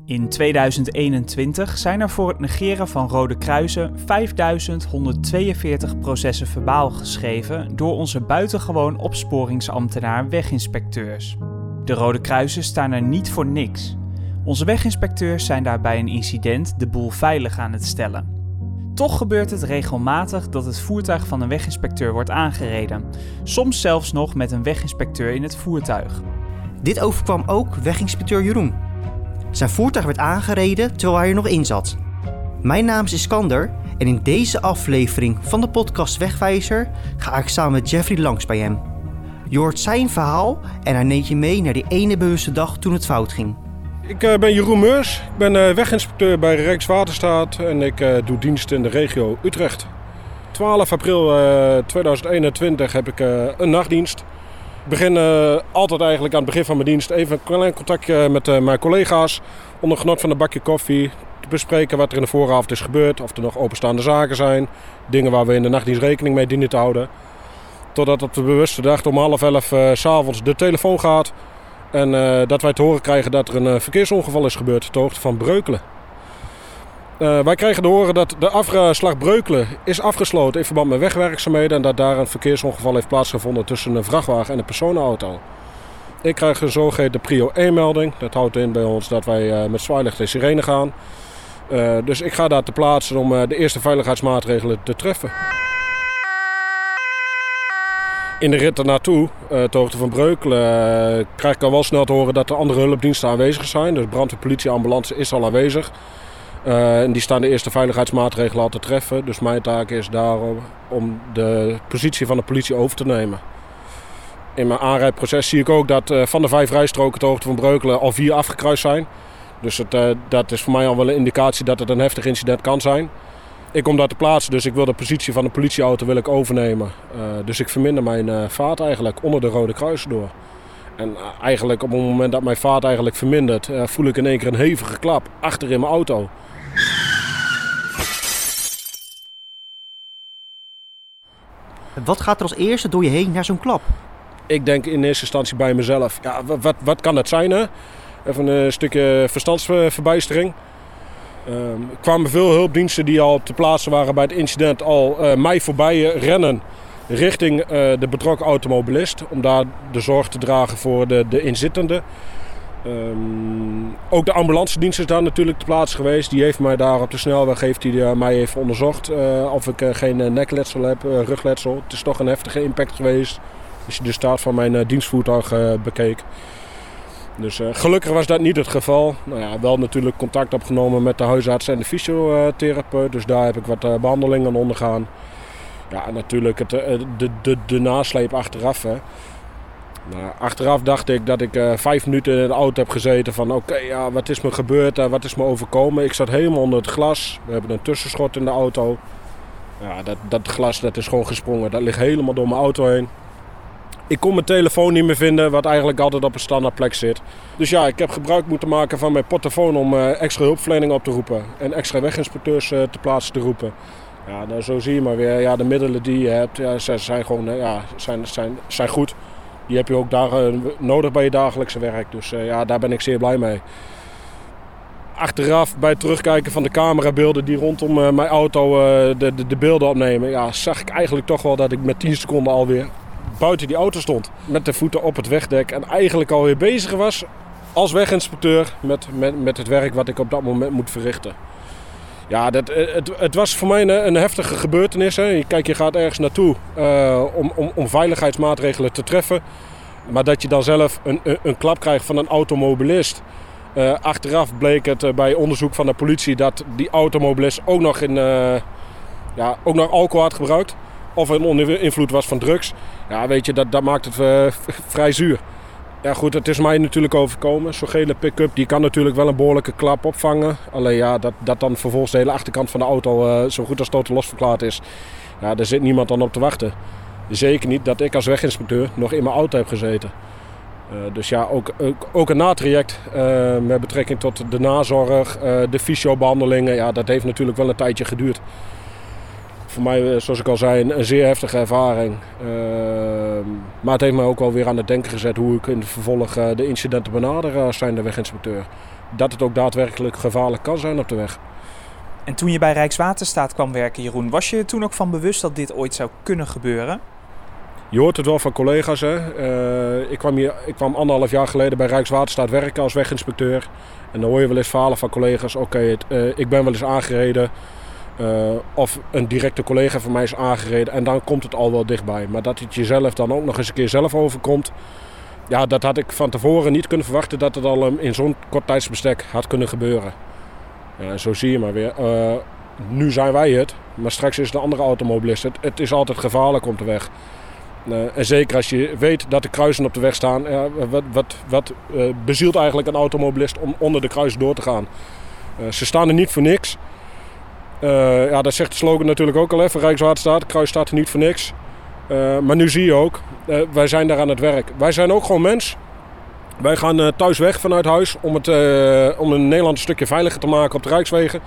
In 2021 zijn er voor het negeren van Rode Kruisen 5.142 processen verbaal geschreven door onze buitengewoon opsporingsambtenaar weginspecteurs. De Rode Kruisen staan er niet voor niks. Onze weginspecteurs zijn daar bij een incident de boel veilig aan het stellen. Toch gebeurt het regelmatig dat het voertuig van een weginspecteur wordt aangereden, soms zelfs nog met een weginspecteur in het voertuig. Dit overkwam ook weginspecteur Jeroen. Zijn voertuig werd aangereden terwijl hij er nog in zat. Mijn naam is Iskander en in deze aflevering van de podcast Wegwijzer ga ik samen met Jeffrey langs bij hem. Je hoort zijn verhaal en hij neemt je mee naar die ene bewuste dag toen het fout ging. Ik ben Jeroen Meurs, ik ben weginspecteur bij Rijkswaterstaat en ik doe dienst in de regio Utrecht. 12 april 2021 heb ik een nachtdienst. Ik begin altijd eigenlijk aan het begin van mijn dienst even een klein contactje met mijn collega's. Onder genot van een bakje koffie te bespreken wat er in de vooravond is gebeurd. Of er nog openstaande zaken zijn. Dingen waar we in de nachtdienst rekening mee dienen te houden. Totdat op de bewuste dag om 10:30 s'avonds de telefoon gaat. En dat wij te horen krijgen dat er een verkeersongeval is gebeurd ter hoogte van Breukelen. Wij krijgen te horen dat de afslag Breukelen is afgesloten in verband met wegwerkzaamheden. En dat daar een verkeersongeval heeft plaatsgevonden tussen een vrachtwagen en een personenauto. Ik krijg een zogeheten prio 1 melding. Dat houdt in bij ons dat wij met zwaailicht en sirene gaan. Dus ik ga daar ter plaatse om de eerste veiligheidsmaatregelen te treffen. In de rit ernaartoe, ter hoogte van Breukelen, krijg ik al wel snel te horen dat er andere hulpdiensten aanwezig zijn. Dus brandweer, politie, ambulance is al aanwezig. En die staan de eerste veiligheidsmaatregelen al te treffen. Dus mijn taak is daarom om de positie van de politie over te nemen. In mijn aanrijdproces zie ik ook dat van de 5 rijstroken ter hoogte van Breukelen al 4 afgekruist zijn. Dus dat is voor mij al wel een indicatie dat het een heftig incident kan zijn. Ik kom daar te plaatsen, dus ik wil de positie van de politieauto overnemen. Dus ik verminder mijn vaart eigenlijk onder de Rode Kruisen door. En eigenlijk op het moment dat mijn vaart eigenlijk vermindert, voel ik in één keer een hevige klap achter in mijn auto. Wat gaat er als eerste door je heen naar zo'n klap? Ik denk in eerste instantie bij mezelf, ja, wat kan dat zijn, hè? Even een stukje verstandsverbijstering. Er kwamen veel hulpdiensten die al te plaatsen waren bij het incident al mij voorbij rennen richting de betrokken automobilist. Om daar de zorg te dragen voor de inzittenden. Ook de ambulancedienst is daar natuurlijk te plaatse geweest. Die heeft mij daar op de snelweg mij even onderzocht of ik geen nekletsel heb, rugletsel. Het is toch een heftige impact geweest als je de staat van mijn dienstvoertuig bekeek. Dus gelukkig was dat niet het geval. Nou ja, wel natuurlijk contact opgenomen met de huisarts en de fysiotherapeut. Dus daar heb ik wat behandelingen aan ondergaan. Ja, natuurlijk de nasleep achteraf. Hè. Nou, achteraf dacht ik dat ik 5 minuten in de auto heb gezeten van oké, ja, wat is me gebeurd, wat is me overkomen. Ik zat helemaal onder het glas. We hebben een tussenschot in de auto. Ja, dat glas dat is gewoon gesprongen. Dat ligt helemaal door mijn auto heen. Ik kon mijn telefoon niet meer vinden, wat eigenlijk altijd op een standaard plek zit. Dus ja, ik heb gebruik moeten maken van mijn portofoon om extra hulpverlening op te roepen. En extra weginspecteurs te plaatsen te roepen. Ja, nou, zo zie je maar weer. Ja, de middelen die je hebt, ja, zijn gewoon zijn goed. Die heb je ook nodig bij je dagelijkse werk. Dus ja, daar ben ik zeer blij mee. Achteraf, bij het terugkijken van de camerabeelden die rondom mijn auto de beelden opnemen, ja, zag ik eigenlijk toch wel dat ik met 10 seconden alweer buiten die auto stond. Met de voeten op het wegdek en eigenlijk alweer bezig was als weginspecteur met het werk wat ik op dat moment moet verrichten. Ja, het was voor mij een heftige gebeurtenis. Hè. Kijk, je gaat ergens naartoe om veiligheidsmaatregelen te treffen. Maar dat je dan zelf een klap krijgt van een automobilist. Achteraf bleek het bij onderzoek van de politie dat die automobilist ook nog alcohol had gebruikt. Of een onder invloed was van drugs. Ja, weet je, dat maakt het vrij zuur. Ja goed, het is mij natuurlijk overkomen. Zo'n gele pick-up die kan natuurlijk wel een behoorlijke klap opvangen. Alleen ja, dat dan vervolgens de hele achterkant van de auto zo goed als totaal losverklaard is. Ja, daar zit niemand dan op te wachten. Zeker niet dat ik als weginspecteur nog in mijn auto heb gezeten. Dus ja, ook een natraject met betrekking tot de nazorg, de fysiobehandelingen. Ja, dat heeft natuurlijk wel een tijdje geduurd. Voor mij, zoals ik al zei, een zeer heftige ervaring. Maar het heeft mij ook wel weer aan het denken gezet hoe ik in het vervolg de incidenten benader als zijnde weginspecteur. Dat het ook daadwerkelijk gevaarlijk kan zijn op de weg. En toen je bij Rijkswaterstaat kwam werken, Jeroen, was je er toen ook van bewust dat dit ooit zou kunnen gebeuren? Je hoort het wel van collega's. Hè? Ik kwam 1,5 jaar geleden bij Rijkswaterstaat werken als weginspecteur. En dan hoor je wel eens verhalen van collega's. Ik ben wel eens aangereden. Of een directe collega van mij is aangereden. En dan komt het al wel dichtbij. Maar dat het jezelf dan ook nog eens een keer zelf overkomt. Ja, dat had ik van tevoren niet kunnen verwachten dat het al in zo'n kort tijdsbestek had kunnen gebeuren. Ja, en zo zie je maar weer. Nu zijn wij het. Maar straks is de andere automobilist. Het is altijd gevaarlijk op de weg. En zeker als je weet dat de kruisen op de weg staan. Wat bezielt eigenlijk een automobilist om onder de kruis door te gaan? Ze staan er niet voor niks. Dat zegt de slogan natuurlijk ook al even. Rijkswaterstaat, de kruis staat er niet voor niks. Maar nu zie je ook, wij zijn daar aan het werk. Wij zijn ook gewoon mens. Wij gaan thuis weg vanuit huis om een Nederland een stukje veiliger te maken op de Rijkswegen.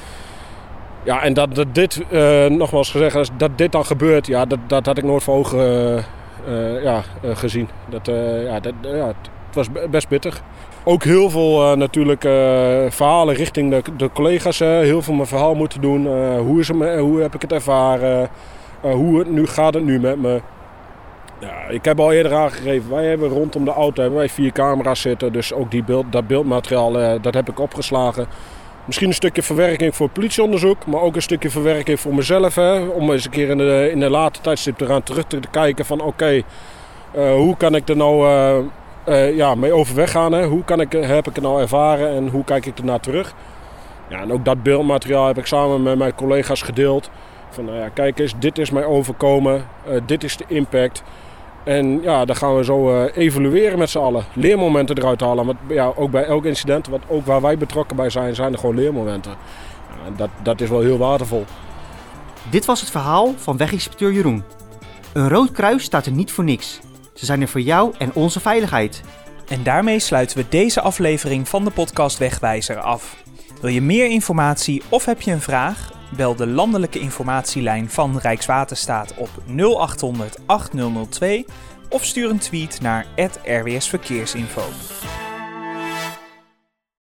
Ja, en dat dit, nogmaals gezegd, dat dit dan gebeurt, ja, dat had ik nooit voor ogen gezien. Het was best pittig. Ook heel veel natuurlijk verhalen richting de collega's. Heel veel mijn verhaal moeten doen. Hoe heb ik het ervaren? Nu gaat het nu met me? Ja, ik heb al eerder aangegeven, wij hebben rondom de auto 4 camera's zitten. Dus ook dat beeldmateriaal dat heb ik opgeslagen. Misschien een stukje verwerking voor het politieonderzoek, maar ook een stukje verwerking voor mezelf. Om eens een keer in de late tijdstip eraan terug te kijken van hoe kan ik er nou mee overweg gaan? Hè? Heb ik het nou ervaren en hoe kijk ik ernaar terug? Ja, en ook dat beeldmateriaal heb ik samen met mijn collega's gedeeld. Van kijk eens, dit is mij overkomen, dit is de impact. En ja, dan gaan we zo evalueren met z'n allen. Leermomenten eruit halen. Want ja, ook bij elk incident, ook waar wij betrokken bij zijn er gewoon leermomenten. Ja, dat is wel heel waardevol. Dit was het verhaal van weginspecteur Jeroen. Een rood kruis staat er niet voor niks. Ze zijn er voor jou en onze veiligheid. En daarmee sluiten we deze aflevering van de podcast Wegwijzer af. Wil je meer informatie of heb je een vraag? Bel de landelijke informatielijn van Rijkswaterstaat op 0800 8002 of stuur een tweet naar @rwsverkeersinfo.